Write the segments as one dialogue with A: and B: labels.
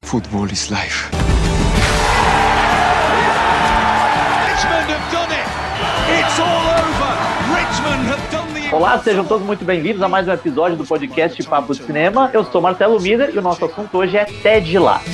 A: Football is life.
B: Richmond have done it. It's all over. Richmond have done the...
C: Olá, sejam todos muito bem-vindos a mais um episódio do podcast Papo de Cinema. Eu sou Marcelo Miller e o nosso assunto hoje é Ted Lasso.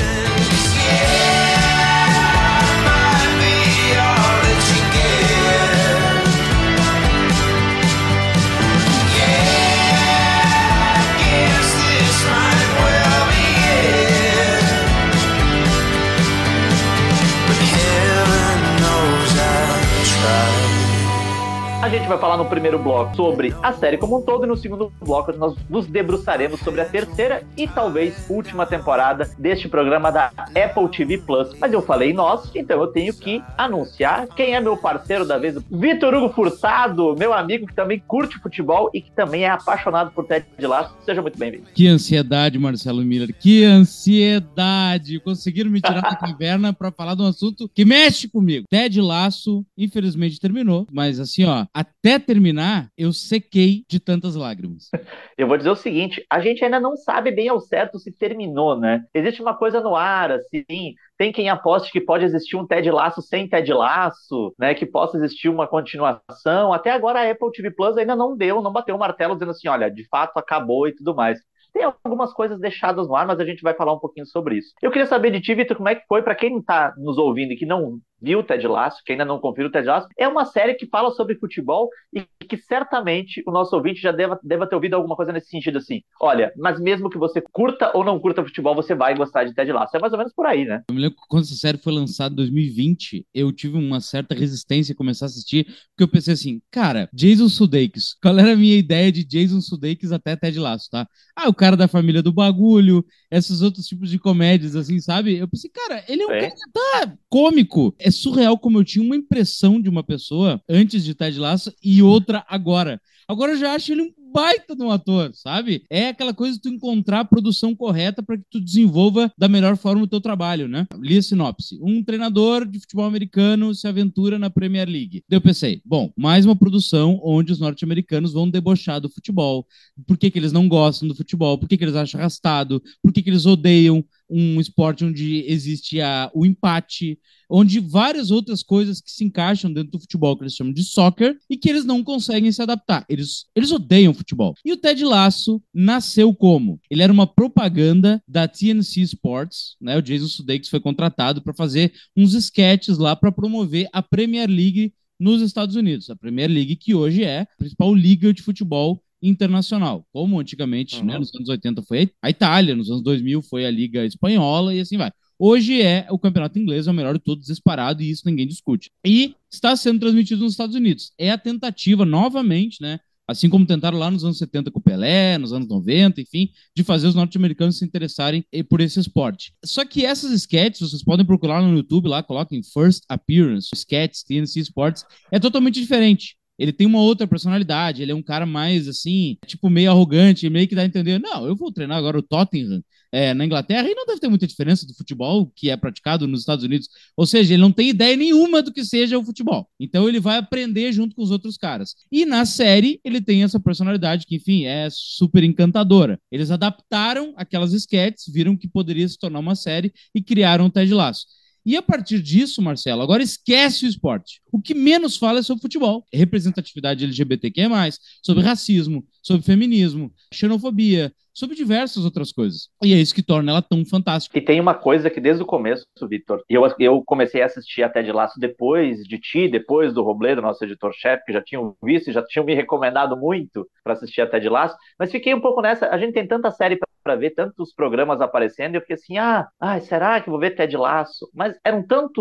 C: A gente vai falar no primeiro bloco sobre a série como um todo e no segundo bloco nós nos debruçaremos sobre a terceira e talvez última temporada deste programa da Apple TV Plus. Mas eu falei nós, então eu tenho que anunciar quem é meu parceiro da vez, Vitor Hugo Furtado, meu amigo que também curte futebol e que também é apaixonado por Ted Lasso. Seja muito bem-vindo.
D: Que ansiedade, Marcelo Miller, que ansiedade! Conseguiram me tirar da caverna para falar de um assunto que mexe comigo. Ted Lasso, infelizmente, terminou, mas assim, ó, até terminar, eu sequei de tantas lágrimas.
C: Eu vou dizer o seguinte, a gente ainda não sabe bem ao certo se terminou, né? Existe uma coisa no ar, assim, tem quem aposte que pode existir um Ted Lasso sem Ted Lasso, né? Que possa existir uma continuação. Até agora a Apple TV Plus ainda não bateu o martelo dizendo assim, olha, de fato acabou e tudo mais. Tem algumas coisas deixadas no ar, mas a gente vai falar um pouquinho sobre isso. Eu queria saber de ti, Vitor, como é que foi, para quem está nos ouvindo e que não viu o Ted Lasso, que ainda não conferiu o Ted Lasso, é uma série que fala sobre futebol e que certamente o nosso ouvinte já deva ter ouvido alguma coisa nesse sentido assim. Olha, mas mesmo que você curta ou não curta futebol, você vai gostar de Ted Lasso. É mais ou menos por aí, né?
D: Eu me lembro que quando essa série foi lançada em 2020, eu tive uma certa resistência a começar a assistir, porque eu pensei assim, cara, Jason Sudeikis, qual era a minha ideia de Jason Sudeikis até Ted Lasso, tá? Ah, o cara da família do bagulho, esses outros tipos de comédias, assim, sabe? Eu pensei, cara, ele é um cara tá cômico. É surreal como eu tinha uma impressão de uma pessoa antes de Ted Lasso e outra agora. Agora eu já acho ele um baita de um ator, sabe? É aquela coisa de tu encontrar a produção correta para que tu desenvolva da melhor forma o teu trabalho, né? Li a sinopse. Um treinador de futebol americano se aventura na Premier League. Daí eu pensei, bom, mais uma produção onde os norte-americanos vão debochar do futebol. Por que eles não gostam do futebol? Por que eles acham arrastado? Por que eles odeiam um esporte onde existe o empate, onde várias outras coisas que se encaixam dentro do futebol, que eles chamam de soccer, e que eles não conseguem se adaptar. Eles odeiam futebol. E o Ted Lasso nasceu como? Ele era uma propaganda da TNC Sports, né? O Jason Sudeikis foi contratado para fazer uns sketches lá para promover a Premier League nos Estados Unidos. A Premier League que hoje é a principal liga de futebol internacional, como antigamente, né, nos anos 80 foi a Itália, nos anos 2000 foi a Liga Espanhola e assim vai. Hoje é o campeonato inglês, é o melhor de todos, disparado, e isso ninguém discute. E está sendo transmitido nos Estados Unidos. É a tentativa, novamente, né, assim como tentaram lá nos anos 70 com o Pelé, nos anos 90, enfim, de fazer os norte-americanos se interessarem por esse esporte. Só que essas sketches, vocês podem procurar no YouTube, lá, coloquem First Appearance, sketches, TNC Sports, é totalmente diferente. Ele tem uma outra personalidade, ele é um cara mais, assim, tipo, meio arrogante, meio que dá a entender, não, eu vou treinar agora o Tottenham na Inglaterra, e não deve ter muita diferença do futebol que é praticado nos Estados Unidos. Ou seja, ele não tem ideia nenhuma do que seja o futebol. Então ele vai aprender junto com os outros caras. E na série, ele tem essa personalidade que, enfim, é super encantadora. Eles adaptaram aquelas sketches, viram que poderia se tornar uma série e criaram o Ted Lasso. E a partir disso, Marcelo, agora esquece o esporte. O que menos fala é sobre futebol. É representatividade LGBTQ+, sobre racismo, sobre feminismo, xenofobia, sobre diversas outras coisas. E é isso que torna ela tão fantástica.
C: E tem uma coisa que desde o começo, Vitor, eu comecei a assistir a Ted Lasso depois de ti, depois do Robledo, nosso editor-chefe, que já tinham visto, já tinham me recomendado muito para assistir a Ted Lasso, mas fiquei um pouco nessa, a gente tem tanta série para ver, tantos programas aparecendo, e eu fiquei assim, será que eu vou ver Ted Lasso? Mas eram tão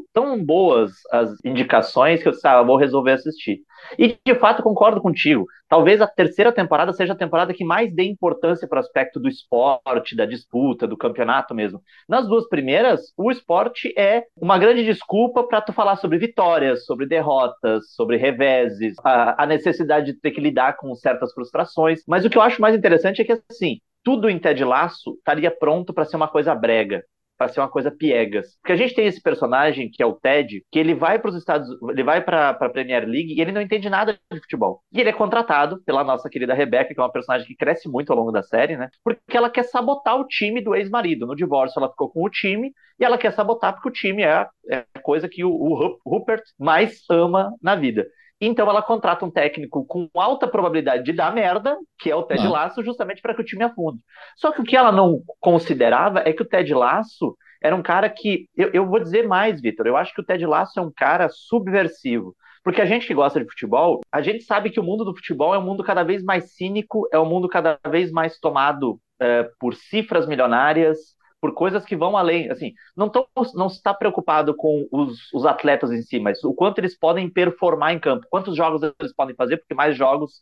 C: boas as indicações que eu disse, eu vou resolver assistir. E de fato concordo contigo, talvez a terceira temporada seja a temporada que mais dê importância para o aspecto do esporte, da disputa, do campeonato mesmo. Nas duas primeiras, o esporte é uma grande desculpa para tu falar sobre vitórias, sobre derrotas, sobre reveses, a necessidade de ter que lidar com certas frustrações. Mas o que eu acho mais interessante é que, assim, tudo em Ted Lasso estaria pronto para ser uma coisa brega. para ser uma coisa piegas. Porque a gente tem esse personagem, que é o Ted, que ele vai para os ele vai para a Premier League e ele não entende nada de futebol. E ele é contratado pela nossa querida Rebecca, que é uma personagem que cresce muito ao longo da série, né? Porque ela quer sabotar o time do ex-marido. No divórcio, ela ficou com o time e ela quer sabotar porque o time é a coisa que o Rupert mais ama na vida. Então ela contrata um técnico com alta probabilidade de dar merda, que é o Ted Lasso, justamente para que o time afunde. Só que o que ela não considerava é que o Ted Lasso era um cara que... Eu vou dizer mais, Vitor. Eu acho que o Ted Lasso é um cara subversivo. Porque a gente que gosta de futebol, a gente sabe que o mundo do futebol é um mundo cada vez mais cínico, é um mundo cada vez mais tomado por cifras milionárias, por coisas que vão além. Assim, não está preocupado com os atletas em si, mas o quanto eles podem performar em campo, quantos jogos eles podem fazer, porque mais jogos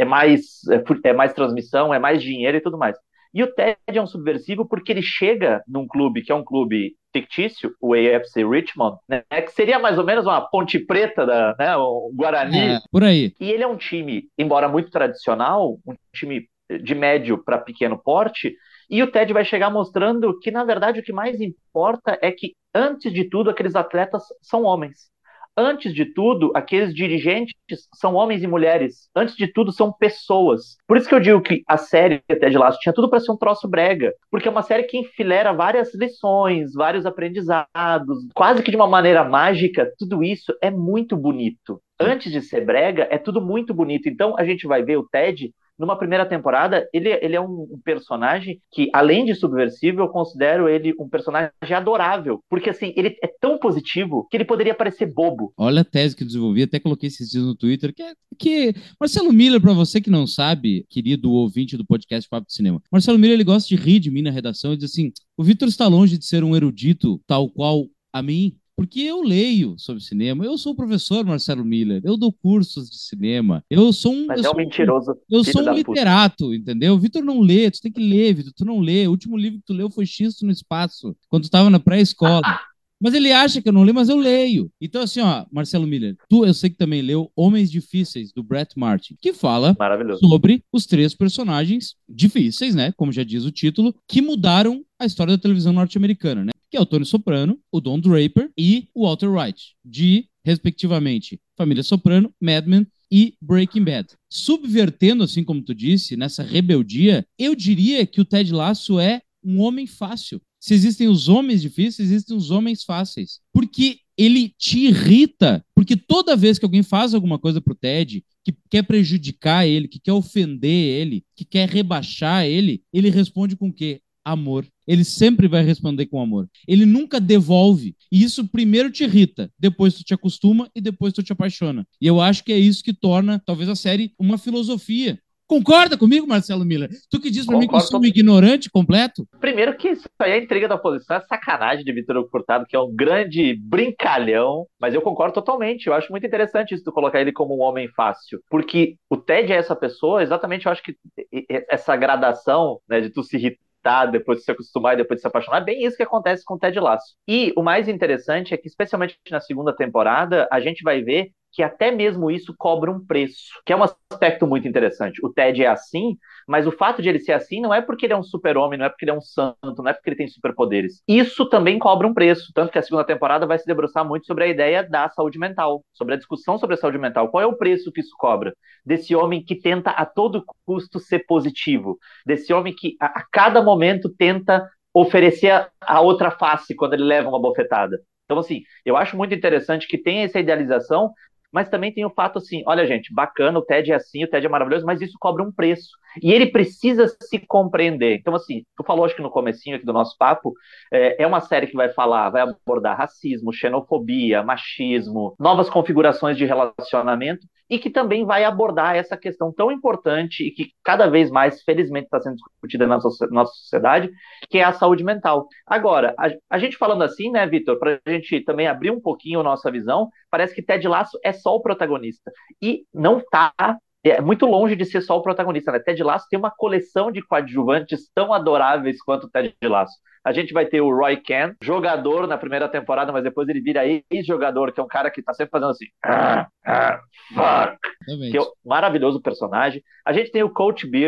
C: é mais transmissão, é mais dinheiro e tudo mais. E o Ted é um subversivo porque ele chega num clube que é um clube fictício, o AFC Richmond, né, que seria mais ou menos uma Ponte Preta, né, o Guarani.
D: Por aí.
C: E ele é um time, embora muito tradicional, um time de médio para pequeno porte, e o Ted vai chegar mostrando que, na verdade, o que mais importa é que, antes de tudo, aqueles atletas são homens. Antes de tudo, aqueles dirigentes são homens e mulheres. Antes de tudo, são pessoas. Por isso que eu digo que a série Ted Lasso tinha tudo para ser um troço brega, porque é uma série que enfilera várias lições, vários aprendizados, quase que de uma maneira mágica. Tudo isso é muito bonito. Antes de ser brega, é tudo muito bonito. Então, a gente vai ver o Ted numa primeira temporada. Ele é um personagem que, além de subversivo, eu considero ele um personagem adorável, porque assim, ele é tão positivo que ele poderia parecer bobo.
D: Olha a tese que eu desenvolvi, até coloquei esses dias no Twitter, que Marcelo Miller, para você que não sabe, querido ouvinte do podcast Papo de Cinema, Marcelo Miller, ele gosta de rir de mim na redação e diz assim: o Vitor está longe de ser um erudito tal qual a mim, porque eu leio sobre cinema. Eu sou o professor Marcelo Miller, eu dou cursos de cinema, eu sou um...
C: Mas é um mentiroso.
D: Eu sou um literato, entendeu? O Vitor não lê, tu tem que ler, Vitor, tu não lê. O último livro que tu leu foi Xisto no Espaço, quando tu estava na pré-escola. Mas ele acha que eu não leio, mas eu leio. Então, assim, ó, Marcelo Miller, eu sei que também leu Homens Difíceis, do Brett Martin, que fala sobre os 3 personagens difíceis, né? Como já diz o título, que mudaram a história da televisão norte-americana, né? Que é o Tony Soprano, o Don Draper e o Walter White, de, respectivamente, Família Soprano, Mad Men e Breaking Bad. Subvertendo, assim como tu disse, nessa rebeldia, eu diria que o Ted Lasso é um homem fácil. Se existem os homens difíceis, existem os homens fáceis. Porque ele te irrita. Porque toda vez que alguém faz alguma coisa pro Ted, que quer prejudicar ele, que quer ofender ele, que quer rebaixar ele, ele responde com o quê? Amor. Ele sempre vai responder com amor. Ele nunca devolve. E isso primeiro te irrita, depois tu te acostuma e depois tu te apaixona. E eu acho que é isso que torna, talvez, a série uma filosofia. Concorda comigo, Marcelo Miller? Tu que diz pra mim que eu sou um ignorante completo?
C: Primeiro que isso aí é intriga da oposição, é sacanagem de Vitor Hugo Furtado, que é um grande brincalhão, mas eu concordo totalmente. Eu acho muito interessante isso, tu colocar ele como um homem fácil, porque o Ted é essa pessoa, exatamente, eu acho que essa gradação, né, de tu se irritar, depois de se acostumar e depois de se apaixonar, é bem isso que acontece com o Ted Lasso. E o mais interessante é que, especialmente na segunda temporada, a gente vai ver que até mesmo isso cobra um preço, que é um aspecto muito interessante. O Ted é assim, mas o fato de ele ser assim não é porque ele é um super-homem, não é porque ele é um santo, não é porque ele tem superpoderes. Isso também cobra um preço, tanto que a segunda temporada vai se debruçar muito sobre a ideia da saúde mental, sobre a discussão sobre a saúde mental. Qual é o preço que isso cobra? Desse homem que tenta a todo custo ser positivo, desse homem que a cada momento tenta oferecer a outra face quando ele leva uma bofetada. Então, assim, eu acho muito interessante que tenha essa idealização, mas também tem o fato assim, olha gente, bacana, o Ted é assim, o Ted é maravilhoso, mas isso cobra um preço. E ele precisa se compreender. Então assim, tu falou acho que no comecinho aqui do nosso papo, é uma série que vai abordar racismo, xenofobia, machismo, novas configurações de relacionamento, e que também vai abordar essa questão tão importante e que cada vez mais, felizmente, está sendo discutida na nossa sociedade, que é a saúde mental. Agora, a gente falando assim, né, Vitor, para a gente também abrir um pouquinho a nossa visão, parece que Ted Lasso é só o protagonista. E não tá, é muito longe de ser só o protagonista, né? Ted Lasso tem uma coleção de coadjuvantes tão adoráveis quanto Ted Lasso. A gente vai ter o Roy Kent, jogador na primeira temporada, mas depois ele vira ex-jogador, que é um cara que tá sempre fazendo assim, fuck, que é um maravilhoso personagem. A gente tem o Coach Beard,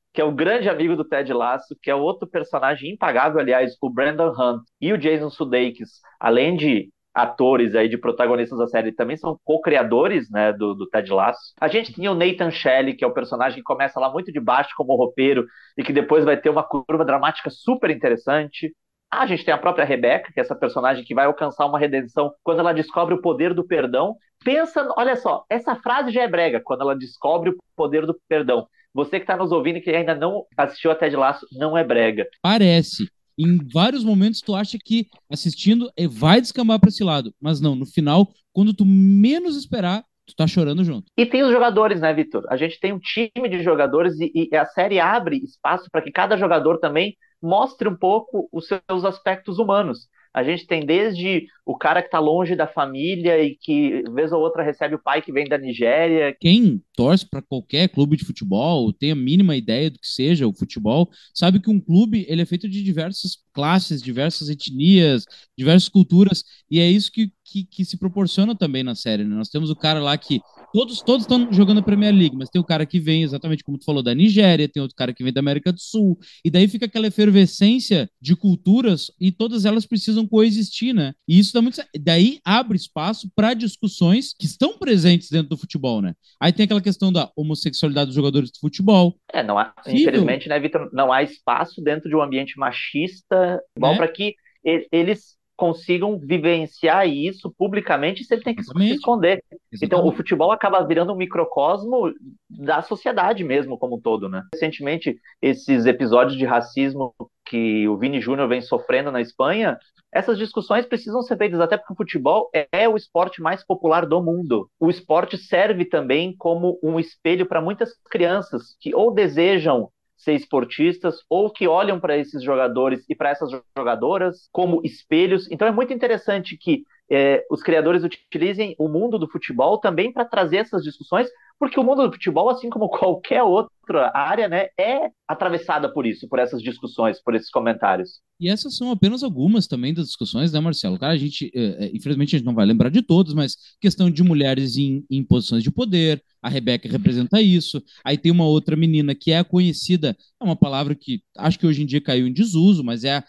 C: que é o grande amigo do Ted Lasso, que é outro personagem impagável, aliás, o Brandon Hunt e o Jason Sudeikis, além de atores aí, de protagonistas da série, também são co-criadores, né, do Ted Lasso. A gente tinha o Nathan Shelley, que é o personagem que começa lá muito de baixo como roupeiro e que depois vai ter uma curva dramática super interessante. A gente tem a própria Rebecca, que é essa personagem que vai alcançar uma redenção quando ela descobre o poder do perdão. Pensa, olha só, essa frase já é brega, quando ela descobre o poder do perdão. Você que está nos ouvindo e que ainda não assistiu a Ted Lasso, não é brega.
D: Parece. Em vários momentos tu acha que assistindo vai descambar para esse lado, mas não, no final, quando tu menos esperar, tu tá chorando junto.
C: E tem os jogadores, né, Vitor? A gente tem um time de jogadores e a série abre espaço para que cada jogador também mostre um pouco os seus aspectos humanos. A gente tem desde o cara que tá longe da família e que, vez ou outra, recebe o pai que vem da Nigéria.
D: Quem torce para qualquer clube de futebol, tem a mínima ideia do que seja o futebol, sabe que um clube ele é feito de diversas classes, diversas etnias, diversas culturas, e é isso que se proporciona também na série, né? Nós temos o cara lá que todos estão jogando a Premier League, mas tem o cara que vem, exatamente como tu falou, da Nigéria, tem outro cara que vem da América do Sul, e daí fica aquela efervescência de culturas e todas elas precisam coexistir, né? E isso dá muito... Daí abre espaço para discussões que estão presentes dentro do futebol, né? Aí tem aquela questão da homossexualidade dos jogadores de futebol.
C: Não há, infelizmente, né, Vitor, não há espaço dentro de um ambiente machista, igual para que eles consigam vivenciar isso publicamente sem ter que se esconder. Exatamente. Então, o futebol acaba virando um microcosmo da sociedade mesmo, como um todo, né? Recentemente, esses episódios de racismo que o Vini Júnior vem sofrendo na Espanha, essas discussões precisam ser feitas, até porque o futebol é o esporte mais popular do mundo. O esporte serve também como um espelho para muitas crianças que ou desejam ser esportistas, ou que olham para esses jogadores e para essas jogadoras como espelhos. Então é muito interessante que os criadores utilizem o mundo do futebol também para trazer essas discussões, porque o mundo do futebol, assim como qualquer outra área, né, é atravessada por isso, por essas discussões, por esses comentários.
D: E essas são apenas algumas também das discussões, né, Marcelo? Cara, a gente, infelizmente, a gente não vai lembrar de todos, mas questão de mulheres em posições de poder, a Rebecca representa isso. Aí tem uma outra menina que é a conhecida, é uma palavra que acho que hoje em dia caiu em desuso, mas é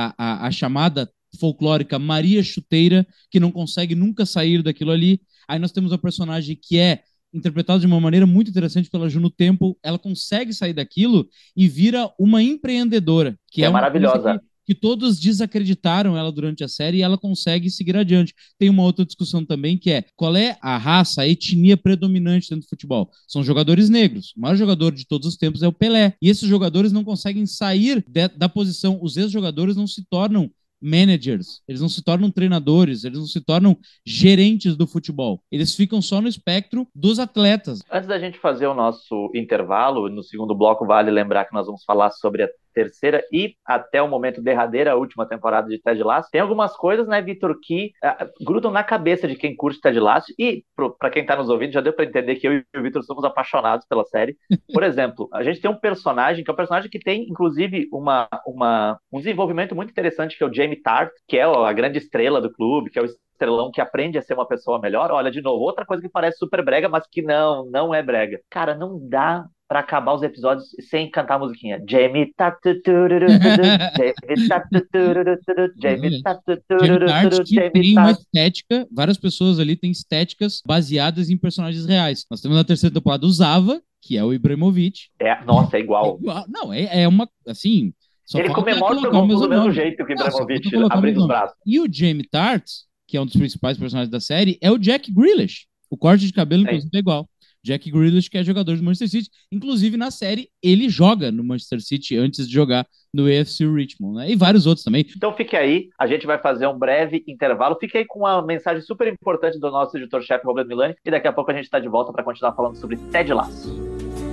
D: a chamada folclórica Maria Chuteira, que não consegue nunca sair daquilo ali. Aí nós temos uma personagem que é interpretada de uma maneira muito interessante pela Juno Temple. Ela consegue sair daquilo e vira uma empreendedora, que é
C: maravilhosa.
D: Que todos desacreditaram ela durante a série e ela consegue seguir adiante. Tem uma outra discussão também que é qual é a raça, a etnia predominante dentro do futebol. São jogadores negros. O maior jogador de todos os tempos é o Pelé. E esses jogadores não conseguem sair da posição. Os ex-jogadores não se tornam managers, eles não se tornam treinadores, eles não se tornam gerentes do futebol, eles ficam só no espectro dos atletas.
C: Antes da gente fazer o nosso intervalo, no segundo bloco vale lembrar que nós vamos falar sobre a terceira e até o momento derradeira, a última temporada de Ted Lasso. Tem algumas coisas, né, Vitor, que grudam na cabeça de quem curte Ted Lasso e para quem tá nos ouvindo, já deu para entender que eu e o Vitor somos apaixonados pela série. Por exemplo, a gente tem um personagem que é um personagem que tem, inclusive, um desenvolvimento muito interessante, que é o Jamie Tartt, que é a grande estrela do clube, que é o estrelão que aprende a ser uma pessoa melhor. Olha, de novo, outra coisa que parece super brega, mas que não é brega. Cara, não dá pra acabar os episódios sem cantar a musiquinha. Jamie Tartt, Jamie Tartt, Jamie Tartt,
D: que tem uma estética, várias pessoas ali têm estéticas baseadas em personagens reais. Nós temos na terceira temporada o Zava, que é o Ibrahimovic.
C: Nossa, é igual.
D: Não, é uma, assim...
C: Ele comemora o gol do mesmo jeito que o Ibrahimovic, abrindo os braços.
D: E o Jamie Tartt, que é um dos principais personagens da série, é o Jack Grealish. O corte de cabelo, inclusive, é igual. Jack Grealish, que é jogador do Manchester City. Inclusive, na série, ele joga no Manchester City antes de jogar no AFC Richmond, né? E vários outros também.
C: Então fique aí, a gente vai fazer um breve intervalo. Fique aí com uma mensagem super importante do nosso editor-chefe, Robledo Milani, e daqui a pouco a gente está de volta para continuar falando sobre Ted Lasso.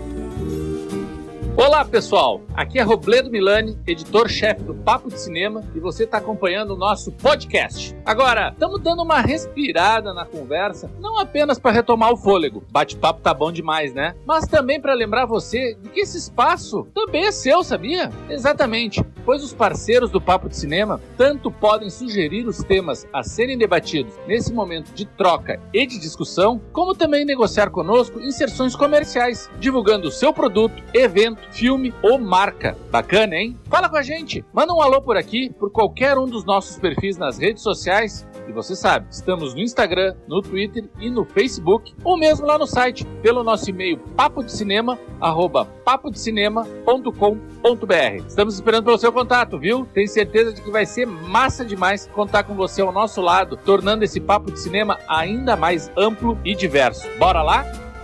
A: Olá, pessoal! Aqui é Robledo Milani, editor-chefe do Papo de Cinema, e você está acompanhando o nosso podcast. Agora, estamos dando uma respirada na conversa, não apenas para retomar o fôlego, bate-papo tá bom demais, né? Mas também para lembrar você de que esse espaço também é seu, sabia? Exatamente, pois os parceiros do Papo de Cinema tanto podem sugerir os temas a serem debatidos nesse momento de troca e de discussão, como também negociar conosco inserções comerciais, divulgando o seu produto, evento filme ou marca. Bacana, hein? Fala com a gente, manda um alô por aqui, por qualquer um dos nossos perfis nas redes sociais. E você sabe, estamos no Instagram, no Twitter e no Facebook, ou mesmo lá no site, pelo nosso e-mail papodecinema@papodecinema.com.br. Estamos esperando pelo seu contato, viu? Tenho certeza de que vai ser massa demais contar com você ao nosso lado, tornando esse Papo de Cinema ainda mais amplo e diverso. Bora lá?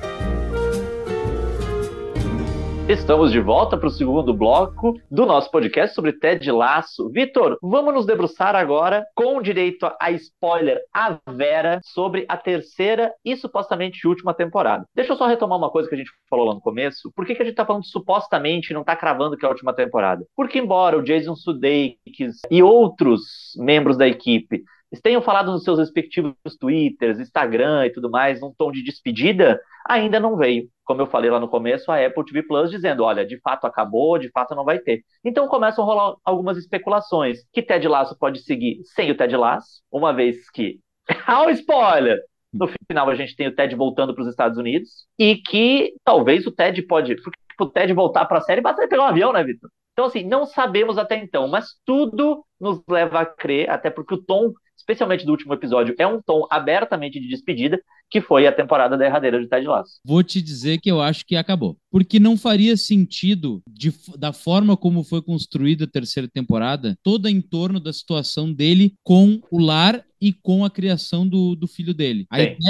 C: Estamos de volta para o segundo bloco do nosso podcast sobre Ted Lasso. Vitor, vamos nos debruçar agora, com direito a spoiler à vera, sobre a terceira e supostamente última temporada. Deixa eu só retomar uma coisa que a gente falou lá no começo. Por que a gente está falando de supostamente e não está cravando que é a última temporada? Porque embora o Jason Sudeikis e outros membros da equipe tenham falado nos seus respectivos Twitters, Instagram e tudo mais, num tom de despedida, ainda não veio. Como eu falei lá no começo, a Apple TV Plus dizendo, olha, de fato acabou, de fato não vai ter. Então começam a rolar algumas especulações, que Ted Lasso pode seguir sem o Ted Lasso, uma vez que, ao spoiler, no final a gente tem o Ted voltando para os Estados Unidos, e que talvez o Ted pode, porque o Ted voltar para a série, basta ele pegar um avião, né, Vitor? Então assim, não sabemos até então, mas tudo nos leva a crer, até porque o tom, especialmente do último episódio, é um tom abertamente de despedida, que foi a temporada derradeira de Ted Lasso.
D: Vou te dizer que eu acho que acabou. Porque não faria sentido, da forma como foi construída a terceira temporada, toda em torno da situação dele com o lar e com a criação do filho dele.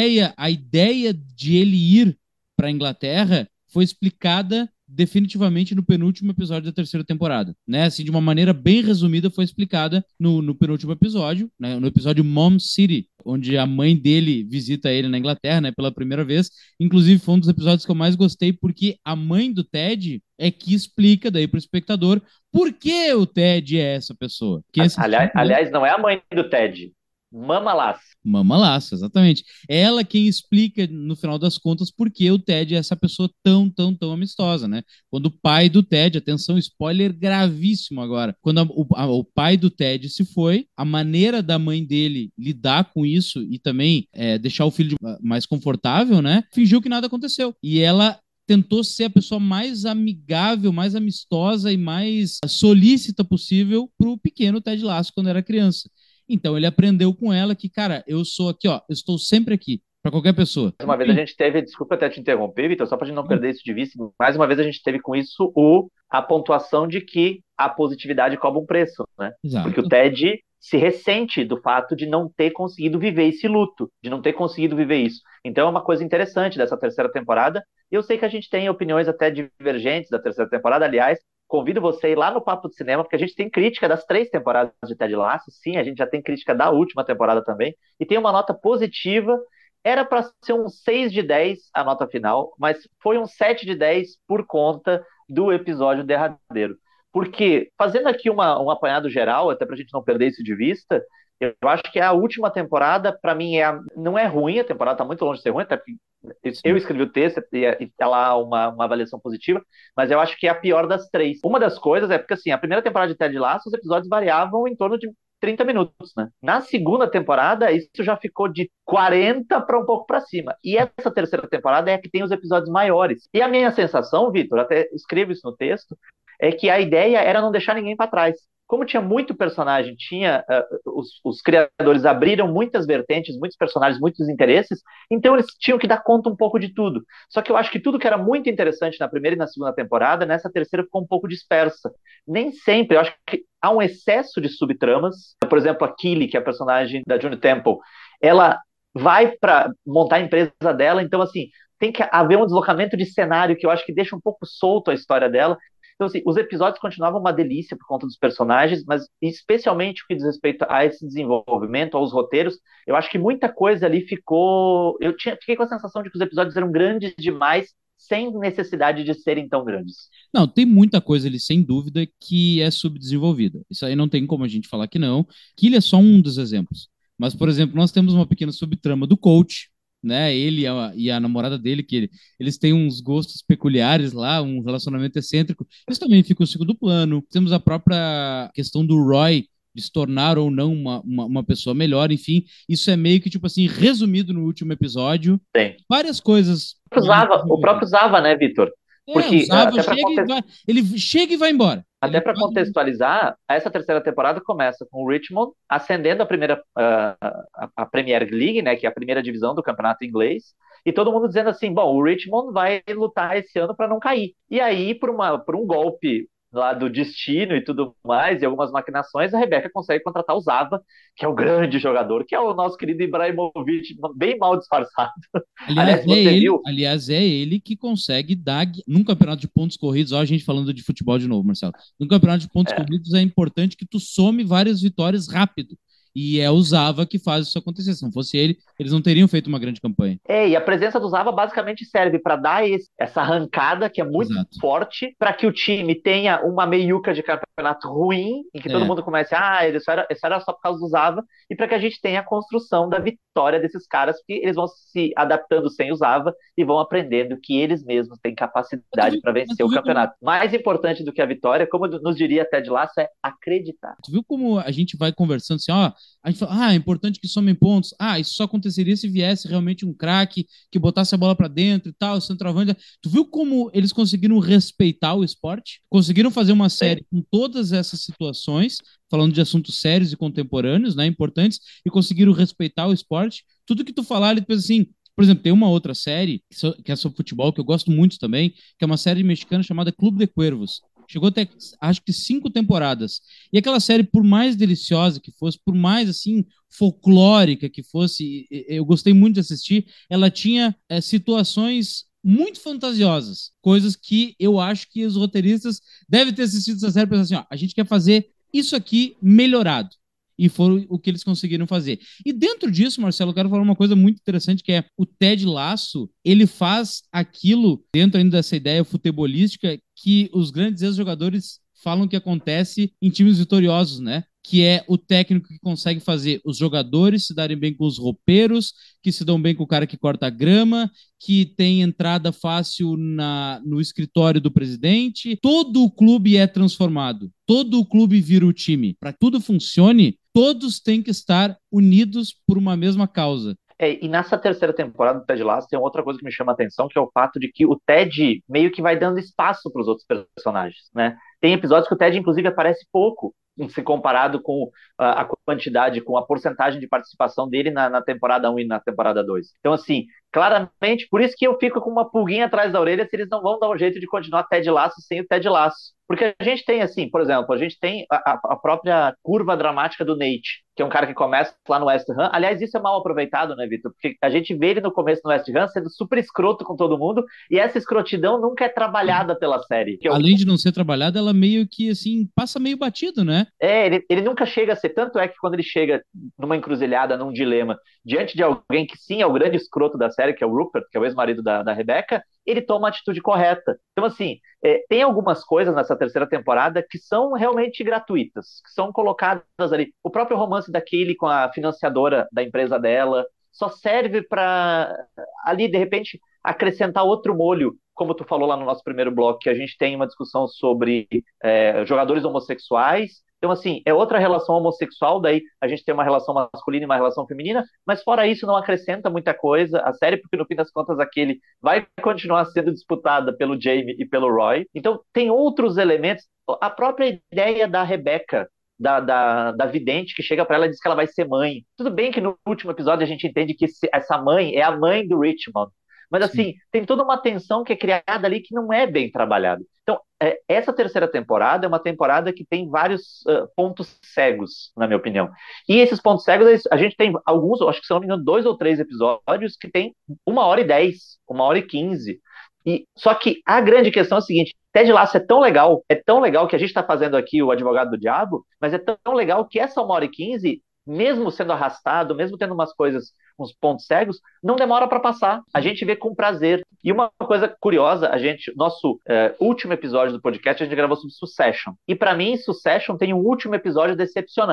D: A ideia de ele ir para a Inglaterra foi explicada definitivamente no penúltimo episódio da terceira temporada, né? Assim, de uma maneira bem resumida, foi explicada no penúltimo episódio, né? No episódio Mom City, onde a mãe dele visita ele na Inglaterra, né? Pela primeira vez. Inclusive, foi um dos episódios que eu mais gostei, porque a mãe do Ted é que explica daí pro espectador por que o Ted é essa pessoa.
C: Aliás, não é a mãe do Ted. Mama Lasso.
D: Mama Lasso, exatamente. É ela quem explica, no final das contas, por que o Ted é essa pessoa tão amistosa, né? Quando o pai do Ted, atenção, spoiler gravíssimo agora, quando o pai do Ted se foi, a maneira da mãe dele lidar com isso e também deixar o filho mais confortável, né? Fingiu que nada aconteceu. E ela tentou ser a pessoa mais amigável, mais amistosa e mais solícita possível pro pequeno Ted Lasso quando era criança. Então ele aprendeu com ela que, cara, eu sou aqui, ó, eu estou sempre aqui, para qualquer pessoa.
C: Mais uma vez a gente teve, desculpa até te interromper, Vitor, só para a gente não perder isso de vista, mais uma vez a gente teve com isso a pontuação de que a positividade cobra um preço, né?
D: Exato.
C: Porque o Ted se ressente do fato de não ter conseguido viver esse luto, de não ter conseguido viver isso. Então é uma coisa interessante dessa terceira temporada. Eu sei que a gente tem opiniões até divergentes da terceira temporada, aliás, convido você a ir lá no Papo de Cinema, porque a gente tem crítica das 3 temporadas de Ted Lasso. Sim, a gente já tem crítica da última temporada também. E tem uma nota positiva. Era para ser um 6 de 10 a nota final, mas foi um 7 de 10 por conta do episódio derradeiro. Porque, fazendo aqui um apanhado geral, até para a gente não perder isso de vista, eu acho que a última temporada, para mim, não é ruim, a temporada está muito longe de ser ruim, até porque eu escrevi o texto e está lá uma avaliação positiva, mas eu acho que é a pior das 3. Uma das coisas é porque, assim, a primeira temporada de Ted Lasso, os episódios variavam em torno de 30 minutos, né? Na segunda temporada, isso já ficou de 40 para um pouco para cima. E essa terceira temporada é a que tem os episódios maiores. E a minha sensação, Vitor, até escrevo isso no texto, é que a ideia era não deixar ninguém para trás. Como tinha muito personagem, os criadores abriram muitas vertentes, muitos personagens, muitos interesses, então eles tinham que dar conta um pouco de tudo. Só que eu acho que tudo que era muito interessante na primeira e na segunda temporada, nessa terceira ficou um pouco dispersa. Nem sempre, eu acho que há um excesso de subtramas. Por exemplo, a Keely, que é a personagem da Juno Temple, ela vai para montar a empresa dela, então assim, tem que haver um deslocamento de cenário que eu acho que deixa um pouco solto a história dela. Então, assim, os episódios continuavam uma delícia por conta dos personagens, mas especialmente o que diz respeito a esse desenvolvimento, aos roteiros, eu acho que muita coisa ali ficou... Fiquei com a sensação de que os episódios eram grandes demais, sem necessidade de serem tão grandes.
D: Não, tem muita coisa ali, sem dúvida, que é subdesenvolvida. Isso aí não tem como a gente falar que não. Que ele é só um dos exemplos. Mas, por exemplo, nós temos uma pequena subtrama do coach, né? Ele e a namorada dele, que eles têm uns gostos peculiares lá, um relacionamento excêntrico. Isso também fica no segundo plano. Temos a própria questão do Roy de se tornar ou não uma pessoa melhor, enfim. Isso é meio que, tipo assim, resumido no último episódio.
C: Sim.
D: Várias coisas.
C: O próprio Zava, né, Vitor?
D: O
C: Porque,
D: Zava chega e vai. Ele chega e vai embora.
C: até
D: Ele
C: para
D: faz-
C: contextualizar, essa terceira temporada começa com o Richmond ascendendo a Premier League, né, que é a primeira divisão do campeonato inglês, e todo mundo dizendo assim, bom, o Richmond vai lutar esse ano para não cair. E aí, por um golpe lá do destino e tudo mais, e algumas maquinações, a Rebeca consegue contratar o Zava, que é o grande jogador, que é o nosso querido Ibrahimovic, bem mal disfarçado.
D: Aliás,
C: Aliás, você viu?
D: é ele que consegue dar num campeonato de pontos corridos, ó, a gente falando de futebol de novo, Marcelo. Num campeonato de pontos
C: É,
D: corridos é importante que tu some várias vitórias rápido. E é o Zava que faz isso acontecer. Se não fosse ele, eles não teriam feito uma grande campanha.
C: E a presença do Zava basicamente serve para dar essa arrancada que é muito
D: Exato.
C: forte, para que o time tenha uma meiuca de campeonato ruim, em que todo
D: É.
C: mundo comece, isso era só por causa do Zava, e para que a gente tenha a construção da vitória desses caras, porque eles vão se adaptando sem o Zava e vão aprendendo que eles mesmos têm capacidade para
D: Mas
C: vencer
D: tu
C: o
D: viu como,
C: campeonato. Mais importante do que a vitória, como nos diria Ted Lasso, é acreditar.
D: tu viu como a gente vai conversando assim, ó, a gente fala, é importante que somem pontos. Isso só aconteceria se viesse realmente um craque que botasse a bola pra dentro e tal, o centroavante. Tu viu como eles conseguiram respeitar o esporte? Conseguiram fazer uma série com todas essas situações, falando de assuntos sérios e contemporâneos, né, importantes, e conseguiram respeitar o esporte. Tudo que tu falar, ele pensa assim, por exemplo, tem uma outra série que é sobre futebol, que eu gosto muito também, que é uma série mexicana chamada Clube de Cuervos. Chegou até, acho que 5 temporadas. E aquela série, por mais deliciosa que fosse, por mais, assim, folclórica que fosse, eu gostei muito de assistir, ela tinha situações muito fantasiosas. Coisas que eu acho que os roteiristas devem ter assistido essa série e pensado assim, ó, a gente quer fazer isso aqui melhorado. E foi o que eles conseguiram fazer. E dentro disso, Marcelo, eu quero falar uma coisa muito interessante, que é o Ted Lasso, ele faz aquilo, dentro ainda dessa ideia futebolística, que os grandes ex-jogadores falam que acontece em times vitoriosos, né? Que é o técnico que consegue fazer os jogadores se darem bem com os roupeiros, que se dão bem com o cara que corta a grama, que tem entrada fácil no escritório do presidente. Todo o clube é transformado. Todo o clube vira o time. Para que tudo funcione, todos têm que estar unidos por uma mesma causa.
C: E nessa terceira temporada do Ted Lasso tem outra coisa que me chama a atenção, que é o fato de que o Ted meio que vai dando espaço para os outros personagens, né? Tem episódios que o Ted, inclusive, aparece pouco, se comparado com a quantidade, com a porcentagem de participação dele na temporada 1 e na temporada 2. Então, assim, claramente, por isso que eu fico com uma pulguinha atrás da orelha se eles não vão dar um jeito de continuar Ted Lasso sem o Ted Lasso. Porque a gente tem, assim, por exemplo, a gente tem a própria curva dramática do Nate, que é um cara que começa lá no West Ham. Aliás, isso é mal aproveitado, né, Vitor? Porque a gente vê ele no começo no West Ham sendo super escroto com todo mundo, e essa escrotidão nunca é trabalhada pela série.
D: Além de não ser trabalhada, ela meio que, assim, passa meio batido, né?
C: Ele nunca chega a ser, tanto é que quando ele chega numa encruzilhada, num dilema, diante de alguém que sim é o grande escroto da série, que é o Rupert, que é o ex-marido da Rebecca, ele toma a atitude correta. Então, assim, tem algumas coisas nessa terceira temporada que são realmente gratuitas, que são colocadas ali. O próprio romance da Kaylee com a financiadora da empresa dela só serve para, ali, de repente, acrescentar outro molho, como tu falou lá no nosso primeiro bloco, que a gente tem uma discussão sobre jogadores homossexuais. Então, assim, é outra relação homossexual, daí a gente tem uma relação masculina e uma relação feminina, mas fora isso não acrescenta muita coisa a série, porque no fim das contas aquele vai continuar sendo disputada pelo Jamie e pelo Roy. Então, tem outros elementos, a própria ideia da Rebecca, da vidente, que chega para ela e diz que ela vai ser mãe. Tudo bem que no último episódio a gente entende que essa mãe é a mãe do Richmond, mas assim, tem toda uma tensão que é criada ali que não é bem trabalhada. Então, essa terceira temporada é uma temporada que tem vários pontos cegos, na minha opinião. E esses pontos cegos, a gente tem alguns, acho que se não me engano, 2 ou 3 episódios que tem 1h10, 1h15. Só que a grande questão é a seguinte: Ted Lasso é tão legal que a gente está fazendo aqui o advogado do diabo, mas é tão legal que essa 1h15, mesmo sendo arrastado, mesmo tendo umas coisas, uns pontos cegos, não demora para passar. A gente vê com prazer. E uma coisa curiosa, nosso último episódio do podcast, a gente gravou sobre Succession. E para mim, Succession tem um último episódio decepcionante.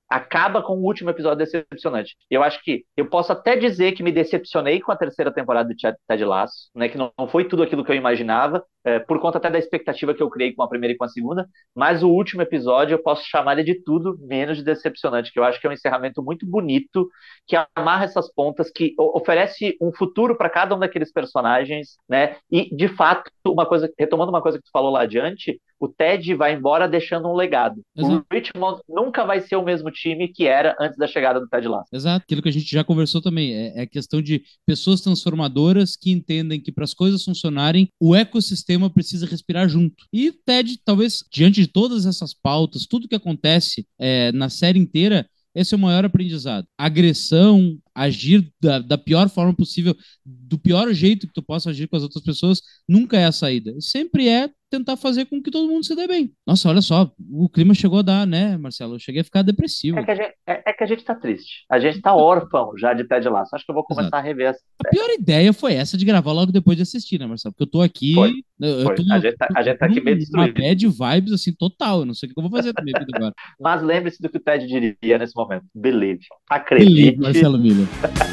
C: acaba com o último episódio decepcionante. Eu acho que eu posso até dizer que me decepcionei com a terceira temporada de Ted Lasso, né, que não foi tudo aquilo que eu imaginava, por conta até da expectativa que eu criei com a primeira e com a segunda, mas o último episódio eu posso chamar ele de tudo menos de decepcionante, que eu acho que é um encerramento muito bonito, que amarra essas pontas, que oferece um futuro para cada um daqueles personagens, né, e de fato, retomando uma coisa que tu falou lá adiante, o Ted vai embora deixando um legado.
D: Exato.
C: O Richmond nunca vai ser o mesmo time que era antes da chegada do Ted Lasso.
D: Exato, aquilo que a gente já conversou também, é a questão de pessoas transformadoras que entendem que para as coisas funcionarem, o ecossistema precisa respirar junto. E Ted, talvez, diante de todas essas pautas, tudo que acontece na série inteira, esse é o maior aprendizado. Agressão, agir da pior forma possível, do pior jeito que tu possa agir com as outras pessoas, nunca é a saída. Sempre é tentar fazer com que todo mundo se dê bem. Nossa, olha só, o clima chegou a dar, né, Marcelo? Eu cheguei a ficar depressivo.
C: É que a gente tá triste. A gente tá órfão já de Ted Lasso. Acho que eu vou começar a rever essa.
D: A pior ideia foi essa de gravar logo depois de assistir, né, Marcelo? Porque eu tô aqui...
C: Foi.
D: A
C: gente tá aqui meio destruído.
D: Uma bad vibes, assim, total. Eu não sei o que eu vou fazer também agora.
C: Mas lembre-se do que o Ted diria nesse momento. Believe. Acredite.
D: Believe, Marcelo Miller.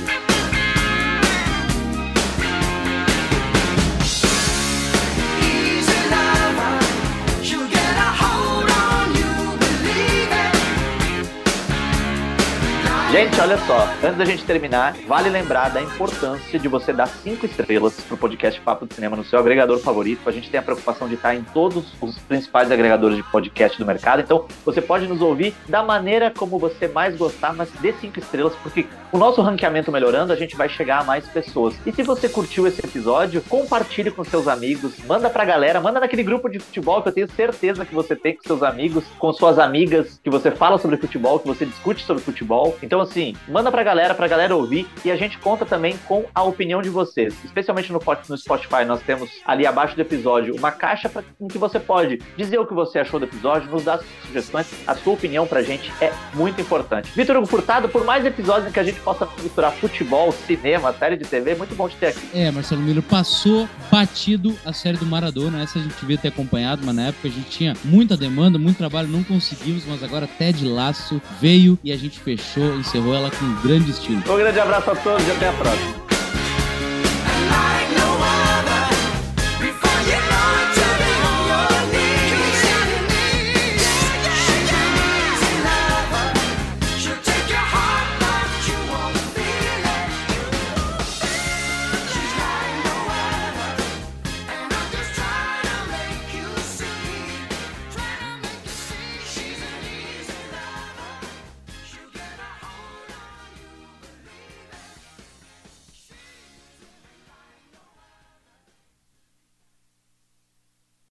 C: Gente, olha só, antes da gente terminar, vale lembrar da importância de você dar 5 estrelas pro podcast Papo de Cinema no seu agregador favorito. A gente tem a preocupação de estar em todos os principais agregadores de podcast do mercado, então você pode nos ouvir da maneira como você mais gostar, mas dê 5 estrelas, porque o nosso ranqueamento melhorando, a gente vai chegar a mais pessoas. E se você curtiu esse episódio, compartilhe com seus amigos, manda pra galera, manda naquele grupo de futebol que eu tenho certeza que você tem com seus amigos, com suas amigas, que você fala sobre futebol, que você discute sobre futebol. Então, assim, manda pra galera ouvir, e a gente conta também com a opinião de vocês. Especialmente no Spotify, nós temos ali abaixo do episódio uma caixa em que você pode dizer o que você achou do episódio, nos dar sugestões. A sua opinião pra gente é muito importante. Vitor Hugo Furtado, por mais episódios em que a gente possa misturar futebol, cinema, série de TV, muito bom te ter aqui.
D: Marcelo Miller, passou batido a série do Maradona. Essa a gente devia ter acompanhado, mas na época a gente tinha muita demanda, muito trabalho, não conseguimos, mas agora Ted Lasso veio e a gente fechou, encerrou ela com um grande estilo.
C: Um grande abraço a todos e até a próxima.